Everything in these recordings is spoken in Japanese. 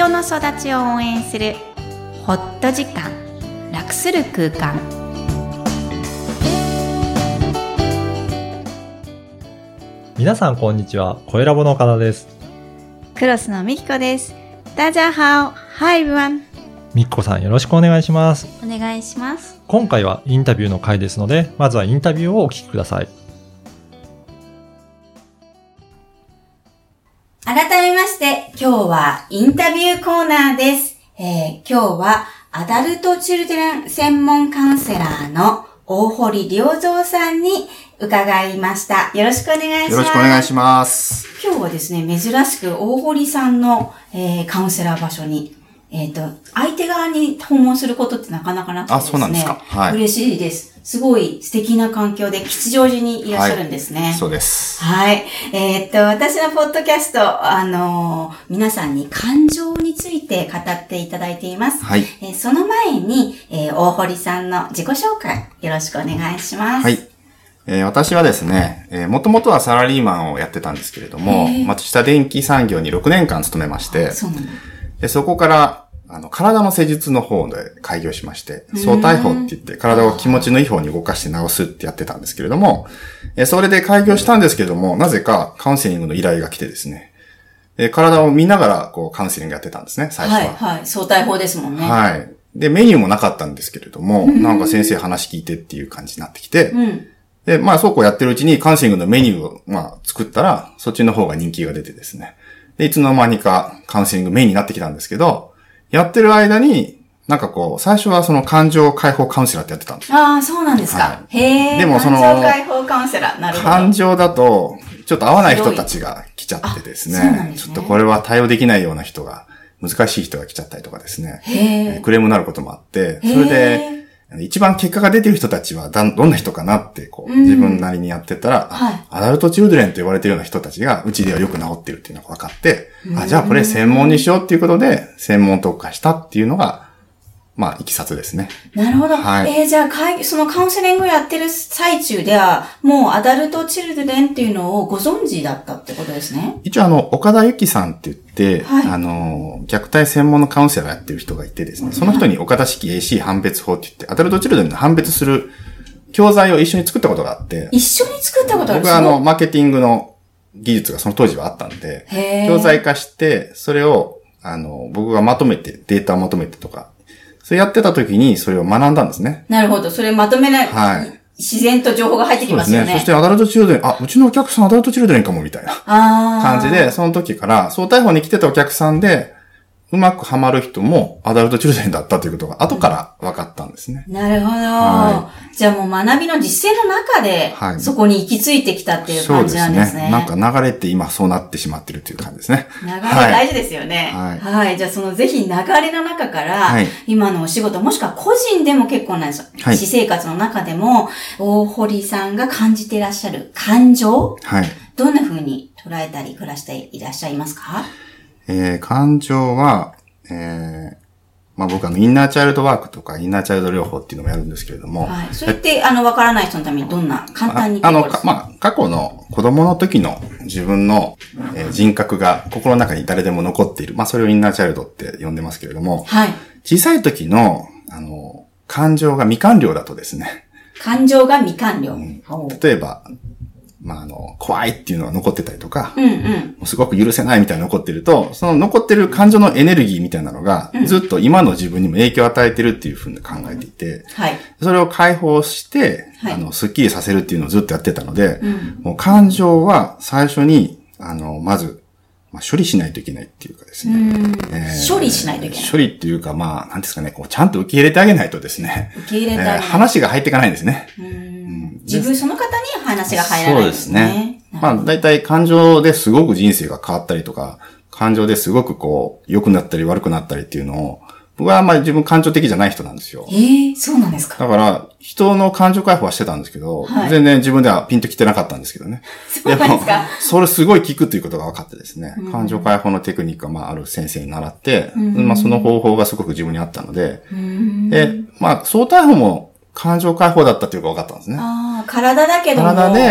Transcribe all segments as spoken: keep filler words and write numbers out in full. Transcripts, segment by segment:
人の育ちを応援するホット時間、楽する空間。 皆さんこんにちは、声ラボの岡田です。 クロスのみきこです。大家好、Hi everyone。 みきこさんよろしくお願いします。 お願いします。 今回はインタビューの回ですので、まずはインタビューをお聞きください。 改めまして、今日はインタビューコーナーです。えー、今日はアダルトチルドレン専門カウンセラーの大堀良三さんに伺いました。よろしくお願いします。 よろしくお願いします。 今日はですね、珍しく大堀さんの、えー、カウンセラー場所に、えっと、相手側に訪問することってなかなかなくてですね。 あ、そうなんですか。はい。 嬉しいです。すごい素敵な環境で吉祥寺にいらっしゃるんですね。 はい、そうです。 はい。えー、っと、私のポッドキャスト、あのー、皆さんに感情について語っていただいています。 はい。 えー、その前に、えー、大堀さんの自己紹介、よろしくお願いします。 はい。えー、私はですね、えー、もともとはサラリーマンをやってたんですけれども、松下電機産業にろくねんかん勤めまして、 そうなんだ。 でそこから、あの、体の施術の方で開業しまして、相対法って言って、体を気持ちのいい方に動かして治すってやってたんですけれども、えそれで開業したんですけれども、なぜかカウンセリングの依頼が来てですね、え体を見ながら、こう、カウンセリングやってたんですね、最初は。 はい、はい。相対法ですもんね。 はい。で、メニューもなかったんですけれども、なんか先生話聞いてっていう感じになってきて、うん、で、まあ、そうこうやってるうちにカウンセリングのメニューを、まあ、作ったら、そっちの方が人気が出てですね。で、いつの間にかカウンセリングメインになってきたんですけど、やってる間に、なんかこう、最初はその感情解放カウンセラーってやってたんですよ。 ああ、そうなんですか。はい、へえ。 でもその、 感情解放カウンセラー。なるほど。 感情だと、ちょっと合わない人たちが来ちゃってですね。そうなんですね。ちょっとこれは対応できないような人が、難しい人が来ちゃったりとかですね。へクレームになることもあって、それで、一番結果が出てる人たちはどんな人かなって、こう、自分なりにやってたら、はい、アダルトチルドレンと呼ばれているような人たちが、うちではよく治ってるっていうのが分かって、あ、じゃあこれ専門にしようっていうことで、専門特化したっていうのが、まあ、いきさつですね。 なるほど。はい、えー、じゃあ、そのカウンセリングをやってる最中では、もうアダルトチルドレンっていうのをご存知だったってことですね。 一応あの、岡田由紀さんって言って、はい、あの、虐待専門のカウンセラーやってる人がいてですね、その人に岡田式 エーシー 判別法って言って、アダルトチルドレンの判別する教材を一緒に作ったことがあって。 一緒に作ったことがある。 僕はあの、マーケティングの技術がその当時はあったんで、教材化して、それを、あの、僕がまとめて、データをまとめてとか、それやってた時にそれを学んだんですね。 なるほど。それまとめない。はい。自然と情報が入ってきますよね。 そうですね。そしてアダルトチルドレン、あ、うちのお客さんアダルトチルドレンかもみたいな感じで、その時から相対法に来てたお客さんで、うまくハマる人もアダルトチルドレンだったということが後から分かったんですね。 うん、なるほど、はい。じゃあもう学びの実践の中で、はい、そこに行き着いてきたっていう感じなんですね。そうですね。 なんか流れって今そうなってしまってるっていう感じですね。 流れ大事ですよね。はい。はい、じゃあそのぜひ流れの中から、はい、今のお仕事、もしくは個人でも結構なんですよ。はい、私生活の中でも、大堀さんが感じていらっしゃる感情、はい、どんな風に捉えたり暮らしていらっしゃいますか？ えー、感情は、えー、まあ僕はインナーチャイルドワークとかインナーチャイルド療法っていうのもやるんですけれども。 はい。それって、あの、わからない人のためにどんな、簡単にあ。あの、まあ、過去の子供の時の自分の、えー、人格が心の中に誰でも残っている。まあそれをインナーチャイルドって呼んでますけれども。はい。小さい時の、あの、感情が未完了だとですね。 感情が未完了。うん、 例えば、まあ、あの、怖いっていうのが残ってたりとか、うんうん、もうすごく許せないみたいなのが残ってると、その残ってる感情のエネルギーみたいなのが、ずっと今の自分にも影響を与えてるっていうふうに考えていて、はい、それを解放して、はい、あの、スッキリさせるっていうのをずっとやってたので、うん、もう感情は最初に、あの、まず、まあ、処理しないといけないっていうかですね。 えー、処理しないといけない。 処理っていうか、まあ、なんですかね、こう、ちゃんと受け入れてあげないとですね。 受け入れてあげない。えー、 話が入っていかないんですね。 うん自分その方に話が入らないんですね。そうですね。 まあ、大体感情ですごく人生が変わったりとか、感情ですごくこう、良くなったり悪くなったりっていうのを、僕はあんまり自分感情的じゃない人なんですよ。 ええー、そうなんですか。 だから、人の感情解放はしてたんですけど、はい、全然自分ではピンときてなかったんですけどね。 そうなんですか。 それすごい効くということが分かってですね、うん、感情解放のテクニックがまあある先生に習って、うん、まあその方法がすごく自分にあったので、うん、で、まあ相対法も感情解放だったというか分かったんですね。 ああ、体だけども。 体で、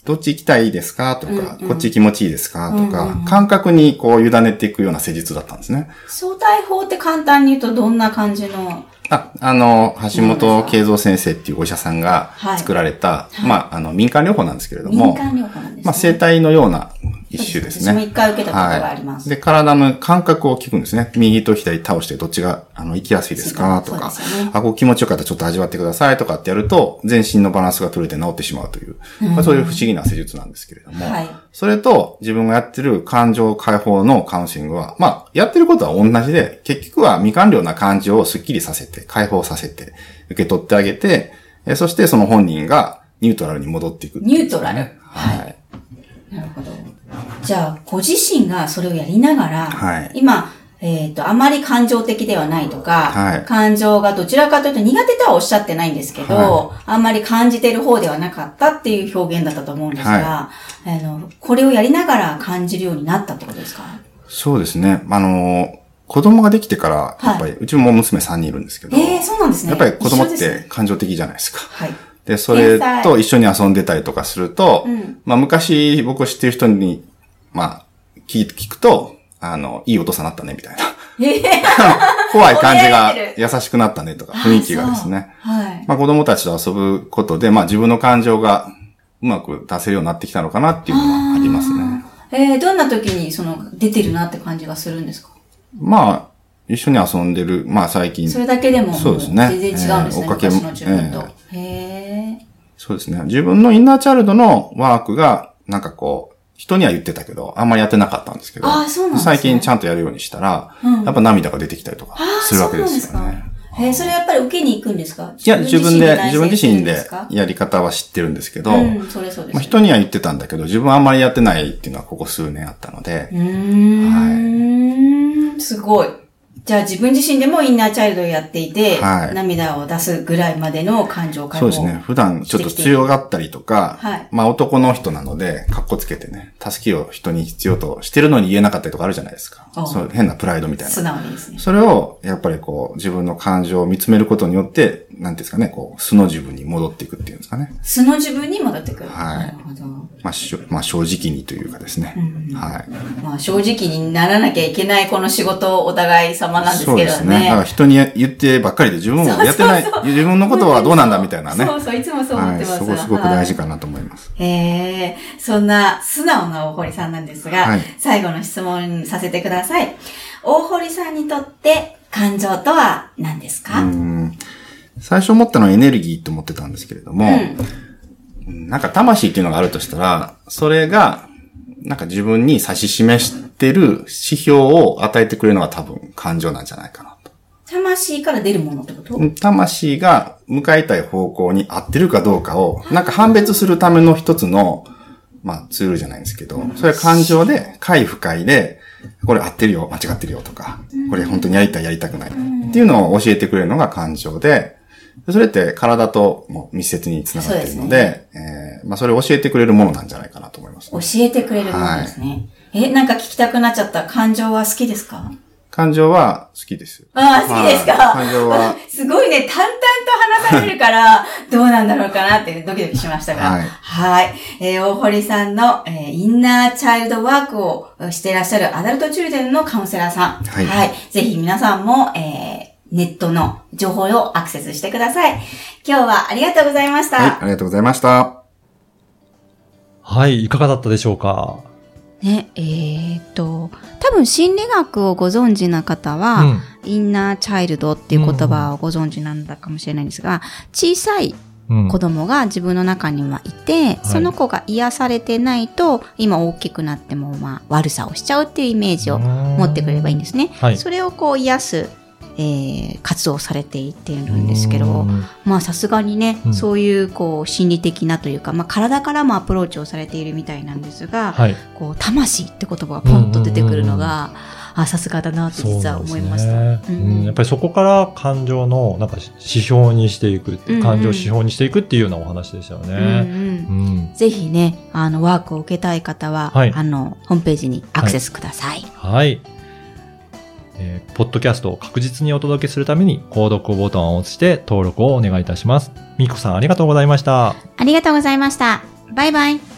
どっち行きたいですかとか、うんうん、こっち気持ちいいですかとか、うんうん、感覚にこう委ねていくような施術だったんですね。 相対法って簡単に言うとどんな感じの？ あ、あの、橋本慶三先生っていうお医者さんが作られた、はい、まあ、あの、民間療法なんですけれども、 民間療法なんですね。 まあ、生体のような一種ですね。 私も一回受けたことがあります。 はい。で、体の感覚を聞くんですね。右と左倒してどっちが、あの、行きやすいですかとか、ね、あ、こう気持ちよかったらちょっと味わってくださいとかってやると、全身のバランスが取れて治ってしまうという、まあ、そういう不思議な施術なんですけれども、はい、それと自分がやってる感情解放のカウンセリングは、まあ、やってることは同じで、結局は未完了な感情をスッキリさせて、解放させて、受け取ってあげて、えそしてその本人がニュートラルに戻っていく、ね。 ニュートラル。はい。はい、なるほど。じゃあ、ご自身がそれをやりながら、はい、今、えっと、あまり感情的ではないとか、はい、感情がどちらかというと苦手とはおっしゃってないんですけど、はい、あんまり感じてる方ではなかったっていう表現だったと思うんですが、はい、あの、これをやりながら感じるようになったってことですか？ そうですね。あの、子供ができてから、やっぱり、はい、うちも娘さんにんいるんですけど、 えー、そうなんですね。 やっぱり子供って感情的じゃないですか。はい。で、それと一緒に遊んでたりとかすると、うん、まあ昔僕を知ってる人に、まあ、聞, 聞くと、あの、いいお父さんになったね、みたいな。えー、怖い感じが優しくなったねとか、雰囲気がですね。はい。まあ子供たちと遊ぶことで、まあ自分の感情がうまく出せるようになってきたのかなっていうのはありますね。 えー、どんな時にその出てるなって感じがするんですか？ まあ、一緒に遊んでる、まあ最近。 それだけでも、 そうですね。 全然違うんですね。えー、おかけ昔の自分と。えー、へー。 そうですね。自分のインナーチャイルドのワークが、なんかこう、人には言ってたけど、あんまりやってなかったんですけど、 あ、そうなんですね、 最近ちゃんとやるようにしたら、うん、やっぱ涙が出てきたりとかするわけですよね。 えー、それやっぱり受けに行くんですか？ いや、自分で、自分自身でやり方は知ってるんですけど、うん、それそうですね。まあ、人には言ってたんだけど、自分はあんまりやってないっていうのはここ数年あったので、 うーん、はい、すごい。じゃあ自分自身でもインナーチャイルドをやっていて、はい、涙を出すぐらいまでの感情解放をしてきて。 そうですね。普段ちょっと強がったりとか、はい、まあ男の人なので、カッコつけてね、助けを人に必要としてるのに言えなかったりとかあるじゃないですか。そう変なプライドみたいな。 素直にですね。 それを、やっぱりこう、自分の感情を見つめることによって、なんていうんですかね、こう、素の自分に戻っていくっていうんですかね。 素の自分に戻っていく。 はい。なるほど。まあ、しょまあ、正直にというかですね。うん、はい。 まあ、正直にならなきゃいけないこの仕事お互い様なんですけどね。そうですね。 だから人に言ってばっかりで自分もやってない、そうそうそう自分のことはどうなんだみたいなね。 そうそう、いつもそう思ってます。はい、 そこすごく大事かなと思います。 はい、えー、そんな素直な大堀さんなんですが、はい、最後の質問させてください。大堀さんにとって感情とは何ですか？うーん最初思ったのはエネルギーと思ってたんですけれども、うん、なんか魂っていうのがあるとしたら、それがなんか自分に指し示してる指標を与えてくれるのが多分感情なんじゃないかなと。 魂から出るものってこと？ 魂が向かいたい方向に合ってるかどうかをなんか判別するための一つのまあツールじゃないんですけど、それは感情で快不快でこれ合ってるよ、間違ってるよとか、これ本当にやりたい、やりたくないっていうのを教えてくれるのが感情で、それって体とも密接につながっているので、でね、えー、まあそれを教えてくれるものなんじゃないかなと思います、 ね。教えてくれるものですね。はい、え、なんか聞きたくなっちゃった。感情は好きですか？ 感情は好きです。 ああ、好きですか、はい、感情は。 すごいね、淡々と話されるから、どうなんだろうかなってドキドキしましたが。はい。はい。えー、大堀さんの、えー、インナーチャイルドワークをしていらっしゃるアダルトチルドレンのカウンセラーさん。はい。はい。ぜひ皆さんも、えー、ネットの情報をアクセスしてください。今日はありがとうございました。 はい、ありがとうございました。 はい、いかがだったでしょうか？ ね、えー、っと、多分心理学をご存知な方は、うん、インナーチャイルドっていう言葉をご存知なんだかもしれないんですが、小さい子供が自分の中にはいて、うん、その子が癒されてないと、今大きくなってもまあ悪さをしちゃうっていうイメージを持ってくればいいんですね。はい、それをこう癒す、えー、活動されていっているんですけど、まあさすがにね、うん、そういうこう心理的なというか、まあ体からもアプローチをされているみたいなんですが、はい、こう魂って言葉がポンと出てくるのが、あ、さすがだなって実は思いました。ねうんうん、やっぱりそこから感情のなんか指標にしていく、うんうん、感情を指標にしていくっていうようなお話でしたよね。うんうんうん、ぜひね、あのワークを受けたい方は、はい、あのホームページにアクセスください。 はい。はいえー、ポッドキャストを確実にお届けするために購読ボタンを押して登録をお願いいたします。みーこさんありがとうございました。 ありがとうございました。バイバイ。